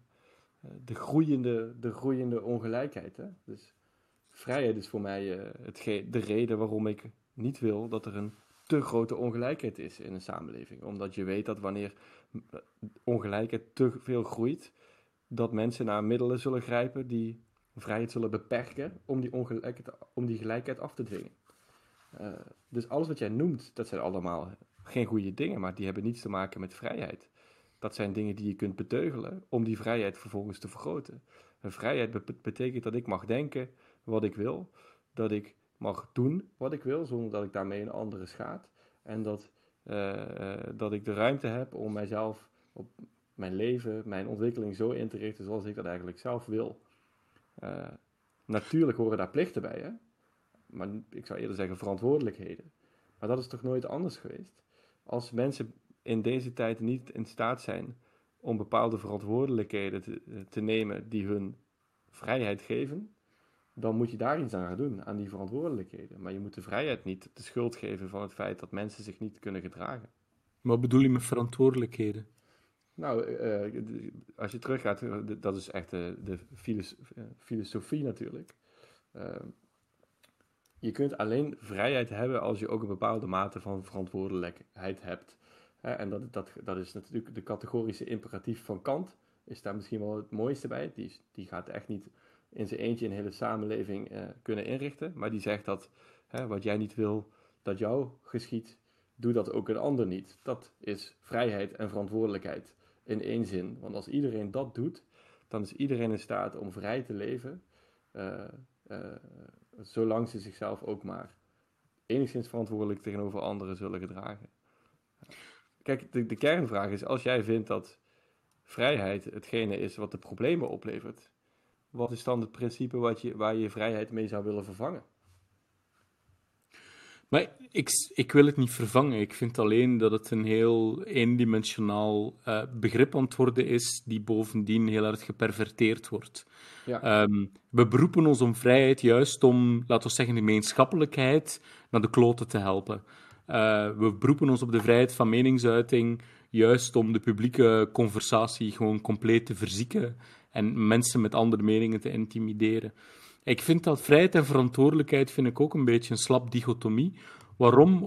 de groeiende ongelijkheid. Hè? Dus vrijheid is voor mij de reden waarom ik niet wil dat er een te grote ongelijkheid is in een samenleving. Omdat je weet dat wanneer ongelijkheid te veel groeit, dat mensen naar middelen zullen grijpen die vrijheid zullen beperken om die gelijkheid af te dwingen. Dus alles wat jij noemt, dat zijn allemaal geen goede dingen, maar die hebben niets te maken met vrijheid. Dat zijn dingen die je kunt beteugelen om die vrijheid vervolgens te vergroten. En vrijheid betekent dat ik mag denken wat ik wil, dat ik mag doen wat ik wil, zonder dat ik daarmee een andere schaad. En dat ik de ruimte heb om mijzelf op mijn leven, mijn ontwikkeling zo in te richten zoals ik dat eigenlijk zelf wil. Natuurlijk horen daar plichten bij, hè? Maar ik zou eerder zeggen verantwoordelijkheden. Maar dat is toch nooit anders geweest? Als mensen in deze tijd niet in staat zijn om bepaalde verantwoordelijkheden te nemen die hun vrijheid geven, dan moet je daar iets aan gaan doen, aan die verantwoordelijkheden. Maar je moet de vrijheid niet de schuld geven van het feit dat mensen zich niet kunnen gedragen. Wat bedoel je met verantwoordelijkheden? Nou, als je teruggaat, dat is echt de filosofie natuurlijk. Je kunt alleen vrijheid hebben als je ook een bepaalde mate van verantwoordelijkheid hebt. En dat is natuurlijk de categorische imperatief van Kant, is daar misschien wel het mooiste bij. Die gaat echt niet in zijn eentje een hele samenleving kunnen inrichten, maar die zegt dat wat jij niet wil dat jou geschiedt, doe dat ook een ander niet. Dat is vrijheid en verantwoordelijkheid in één zin. Want als iedereen dat doet, dan is iedereen in staat om vrij te leven, zolang ze zichzelf ook maar enigszins verantwoordelijk tegenover anderen zullen gedragen. Kijk, de kernvraag is, als jij vindt dat vrijheid hetgene is wat de problemen oplevert, wat is dan het principe waar je vrijheid mee zou willen vervangen? Maar ik wil het niet vervangen. Ik vind alleen dat het een heel eendimensionaal begrip aan het worden is, die bovendien heel erg geperverteerd wordt. Ja. We beroepen ons om vrijheid juist om, laten we zeggen, de gemeenschappelijkheid naar de kloten te helpen. We beroepen ons op de vrijheid van meningsuiting juist om de publieke conversatie gewoon compleet te verzieken en mensen met andere meningen te intimideren. Ik vind dat vrijheid en verantwoordelijkheid vind ik ook een beetje een slap dichotomie. Waarom?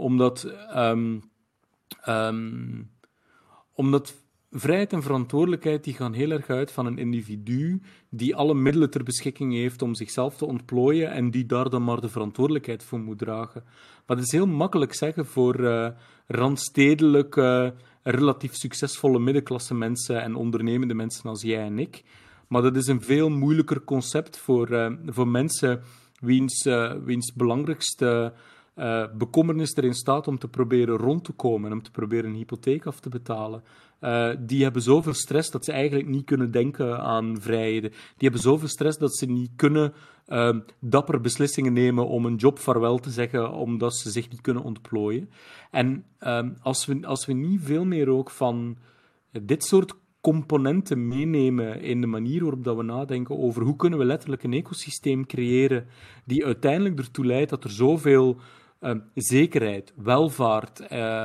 Ehm, omdat vrijheid en verantwoordelijkheid die gaan heel erg uit van een individu die alle middelen ter beschikking heeft om zichzelf te ontplooien en die daar dan maar de verantwoordelijkheid voor moet dragen. Maar dat is heel makkelijk zeggen voor randstedelijke, relatief succesvolle middenklasse mensen en ondernemende mensen als jij en ik. Maar dat is een veel moeilijker concept voor mensen wiens belangrijkste bekommernis erin staat om te proberen rond te komen, om te proberen een hypotheek af te betalen. Die hebben zoveel stress dat ze eigenlijk niet kunnen denken aan vrijheden. Die hebben zoveel stress dat ze niet kunnen dapper beslissingen nemen om een job vaarwel te zeggen, omdat ze zich niet kunnen ontplooien. En als we niet veel meer ook van dit soort componenten meenemen in de manier waarop dat we nadenken over hoe kunnen we letterlijk een ecosysteem creëren die uiteindelijk ertoe leidt dat er zoveel zekerheid, welvaart,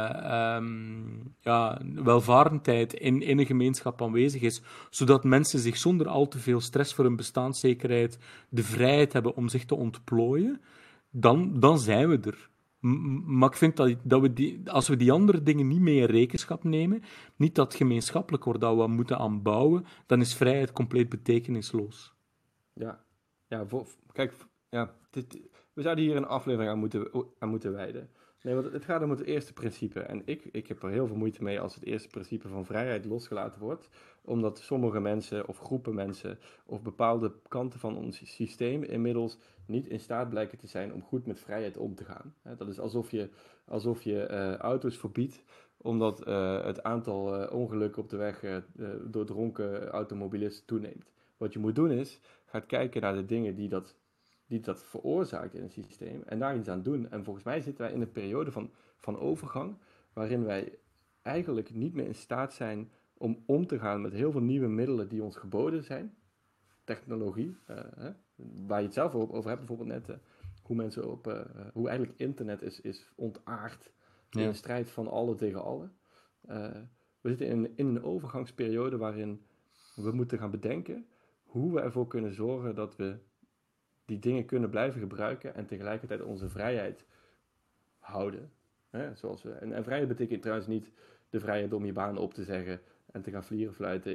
welvarendheid in een gemeenschap aanwezig is, zodat mensen zich zonder al te veel stress voor hun bestaanszekerheid de vrijheid hebben om zich te ontplooien, dan zijn we er. Maar ik vind dat als we die andere dingen niet mee in rekenschap nemen, niet dat gemeenschappelijk wordt dat we moeten aanbouwen, dan is vrijheid compleet betekenisloos. Ja, ja kijk, ja, we zouden hier een aflevering aan moeten wijden. Nee, want het gaat om het eerste principe. En ik heb er heel veel moeite mee als het eerste principe van vrijheid losgelaten wordt. Omdat sommige mensen of groepen mensen of bepaalde kanten van ons systeem inmiddels niet in staat blijken te zijn om goed met vrijheid om te gaan. Dat is alsof je auto's verbiedt omdat het aantal ongelukken op de weg door dronken automobilisten toeneemt. Wat je moet doen is, gaat kijken naar de dingen die dat veroorzaakt in het systeem en daar iets aan doen. En volgens mij zitten wij in een periode van overgang waarin wij eigenlijk niet meer in staat zijn om te gaan met heel veel nieuwe middelen die ons geboden zijn. Technologie, waar je het zelf over hebt, bijvoorbeeld net hoe mensen hoe eigenlijk internet is ontaard in een strijd van alle tegen alle. We zitten in een overgangsperiode waarin we moeten gaan bedenken hoe we ervoor kunnen zorgen dat we die dingen kunnen blijven gebruiken en tegelijkertijd onze vrijheid houden. En vrijheid betekent trouwens niet de vrijheid om je baan op te zeggen en te gaan vlierenfluiten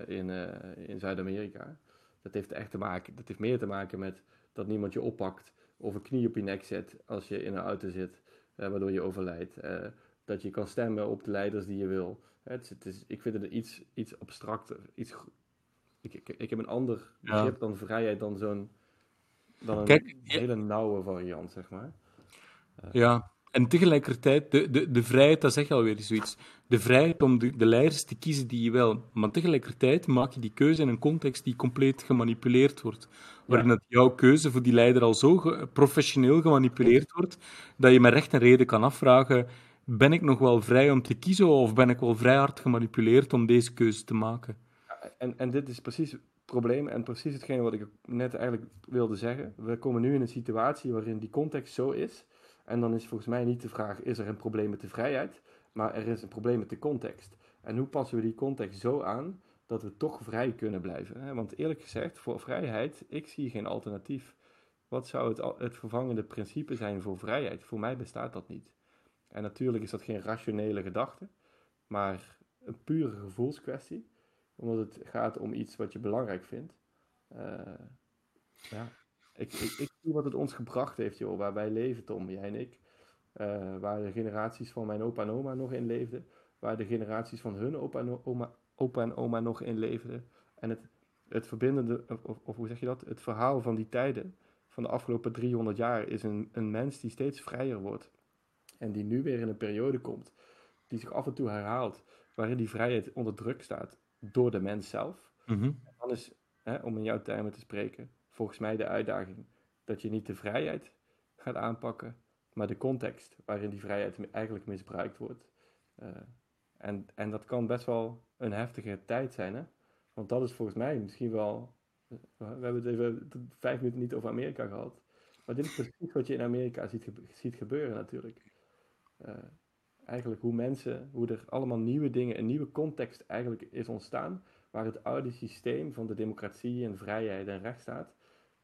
in Zuid-Amerika. Dat heeft meer te maken met dat niemand je oppakt of een knie op je nek zet als je in een auto zit, waardoor je overlijdt. Dat je kan stemmen op de leiders die je wil. Ik vind het iets abstracter. Ik heb een ander begrip dan vrijheid dan een hele nauwe variant, zeg maar. Ja, en tegelijkertijd, de vrijheid, dat zeg je alweer zoiets. De vrijheid om de leiders te kiezen die je wil. Maar tegelijkertijd maak je die keuze in een context die compleet gemanipuleerd wordt. Waarin dat jouw keuze voor die leider al zo professioneel gemanipuleerd wordt, dat je met recht en reden kan afvragen, ben ik nog wel vrij om te kiezen of ben ik wel vrij hard gemanipuleerd om deze keuze te maken? En dit is precies het probleem en precies hetgeen wat ik net eigenlijk wilde zeggen. We komen nu in een situatie waarin die context zo is. En dan is volgens mij niet de vraag, is er een probleem met de vrijheid? Maar er is een probleem met de context. En hoe passen we die context zo aan dat we toch vrij kunnen blijven? Want eerlijk gezegd, voor vrijheid, ik zie geen alternatief. Wat zou het vervangende principe zijn voor vrijheid? Voor mij bestaat dat niet. En natuurlijk is dat geen rationele gedachte, maar een pure gevoelskwestie. Omdat het gaat om iets wat je belangrijk vindt. Ja. Ik zie wat het ons gebracht heeft, joh, waar wij leven, Tom, jij en ik. Waar de generaties van mijn opa en oma nog in leefden. Waar de generaties van hun opa en oma nog in leefden. En het verbindende, of hoe zeg je dat? Het verhaal van die tijden, van de afgelopen 300 jaar, is een mens die steeds vrijer wordt. En die nu weer in een periode komt, die zich af en toe herhaalt, waarin die vrijheid onder druk staat door de mens zelf. Dan is, om in jouw termen te spreken, volgens mij de uitdaging dat je niet de vrijheid gaat aanpakken, maar de context waarin die vrijheid eigenlijk misbruikt wordt. En dat kan best wel een heftige tijd zijn, hè? Want dat is volgens mij misschien wel... We hebben het even 5 minuten niet over Amerika gehad. Maar dit is precies wat je in Amerika ziet gebeuren natuurlijk. Eigenlijk hoe er allemaal nieuwe dingen, een nieuwe context eigenlijk is ontstaan, waar het oude systeem van de democratie en vrijheid en rechtsstaat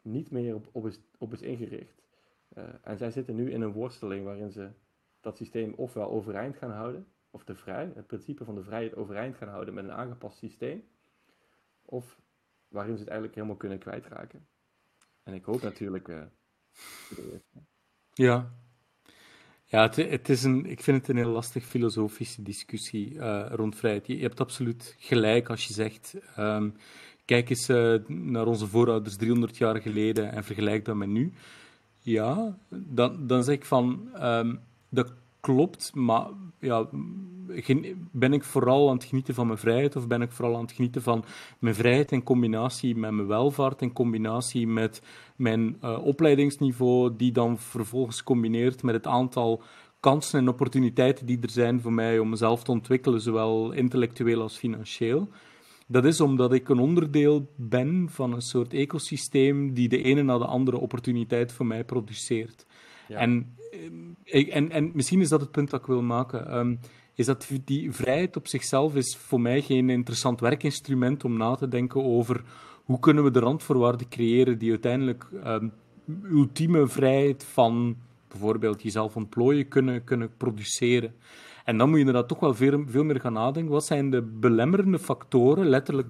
niet meer op is ingericht. En zij zitten nu in een worsteling waarin ze dat systeem ofwel overeind gaan houden, of het principe van de vrijheid overeind gaan houden met een aangepast systeem, of waarin ze het eigenlijk helemaal kunnen kwijtraken. En ik hoop natuurlijk voor de eerste. Ja, ja ik vind het een heel lastig filosofische discussie rond vrijheid. Je hebt absoluut gelijk als je zegt, kijk eens naar onze voorouders 300 jaar geleden en vergelijk dat met nu. Ja, dan zeg ik van, dat klopt, maar ja, ben ik vooral aan het genieten van mijn vrijheid of ben ik vooral aan het genieten van mijn vrijheid in combinatie met mijn welvaart, in combinatie met mijn opleidingsniveau, die dan vervolgens combineert met het aantal kansen en opportuniteiten die er zijn voor mij om mezelf te ontwikkelen, zowel intellectueel als financieel. Dat is omdat ik een onderdeel ben van een soort ecosysteem die de ene na de andere opportuniteit voor mij produceert. Ja. En misschien is dat het punt dat ik wil maken. Is dat die vrijheid op zichzelf is voor mij geen interessant werkinstrument om na te denken over hoe kunnen we de randvoorwaarden creëren die uiteindelijk ultieme vrijheid van bijvoorbeeld jezelf ontplooien kunnen produceren. En dan moet je inderdaad toch wel veel meer gaan nadenken. Wat zijn de belemmerende factoren, letterlijk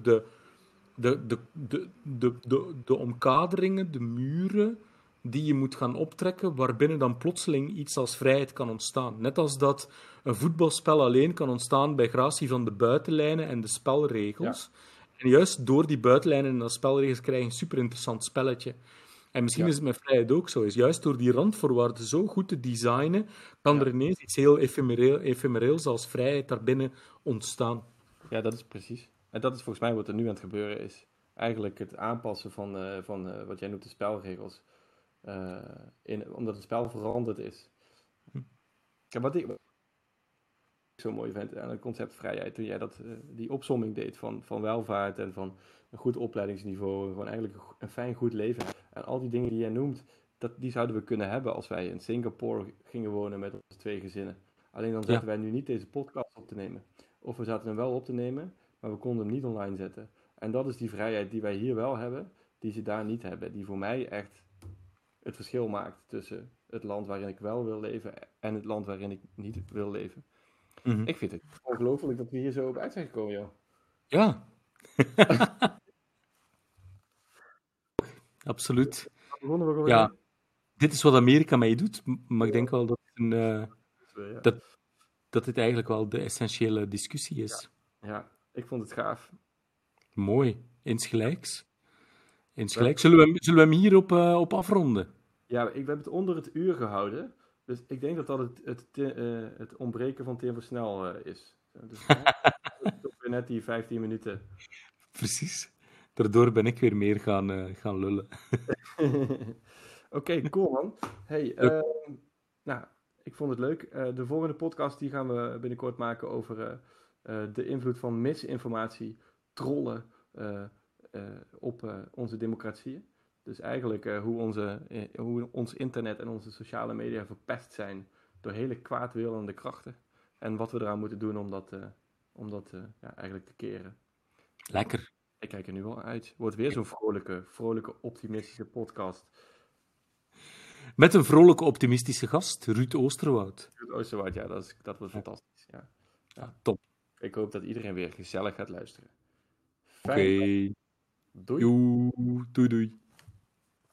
de omkaderingen, de muren die je moet gaan optrekken, waarbinnen dan plotseling iets als vrijheid kan ontstaan. Net als dat een voetbalspel alleen kan ontstaan bij gratie van de buitenlijnen en de spelregels. Ja. En juist door die buitenlijnen en de spelregels krijg je een super interessant spelletje. En misschien is het met vrijheid ook zo. Is juist door die randvoorwaarden zo goed te designen, kan er ineens iets heel ephemereels als vrijheid daarbinnen ontstaan. Ja, dat is precies. En dat is volgens mij wat er nu aan het gebeuren is. Eigenlijk het aanpassen van wat jij noemt de spelregels. Omdat het spel veranderd is. Ja, wat ik zo mooi vind aan het concept vrijheid, toen jij die opsomming deed van welvaart en van een goed opleidingsniveau, gewoon eigenlijk een fijn goed leven. En al die dingen die jij noemt, die zouden we kunnen hebben als wij in Singapore gingen wonen met onze 2 gezinnen. Alleen dan zetten wij nu niet deze podcast op te nemen. Of we zaten hem wel op te nemen, maar we konden hem niet online zetten. En dat is die vrijheid die wij hier wel hebben, die ze daar niet hebben. Die voor mij echt het verschil maakt tussen het land waarin ik wel wil leven en het land waarin ik niet wil leven. Mm-hmm. Ik vind het ongelooflijk dat we hier zo op uit zijn gekomen, joh. Ja. Absoluut. Ja, dit is wat Amerika mee doet, maar ik denk wel dat dit eigenlijk wel de essentiële discussie is. Ja, ik vond het gaaf. Mooi. Insgelijks. Zullen we hem hier op afronden? Ja, we hebben het onder het uur gehouden. Dus ik denk dat het ontbreken van Tim Versnel is. Dus weer net die 15 minuten. Precies. Daardoor ben ik weer meer gaan lullen. Oké, cool man. Hey, nou, ik vond het leuk. De volgende podcast die gaan we binnenkort maken over de invloed van misinformatie, trollen op onze democratieën. Dus eigenlijk hoe ons internet en onze sociale media verpest zijn door hele kwaadwillende krachten. En wat we eraan moeten doen om dat eigenlijk te keren. Lekker. Ik kijk er nu wel uit. Wordt weer zo'n vrolijke, optimistische podcast. Met een vrolijke, optimistische gast, Ruud Oosterwoud. Ruud Oosterwoud, ja, dat wordt fantastisch. Ja. Top. Ik hoop dat iedereen weer gezellig gaat luisteren. Oké. Doei. Doei.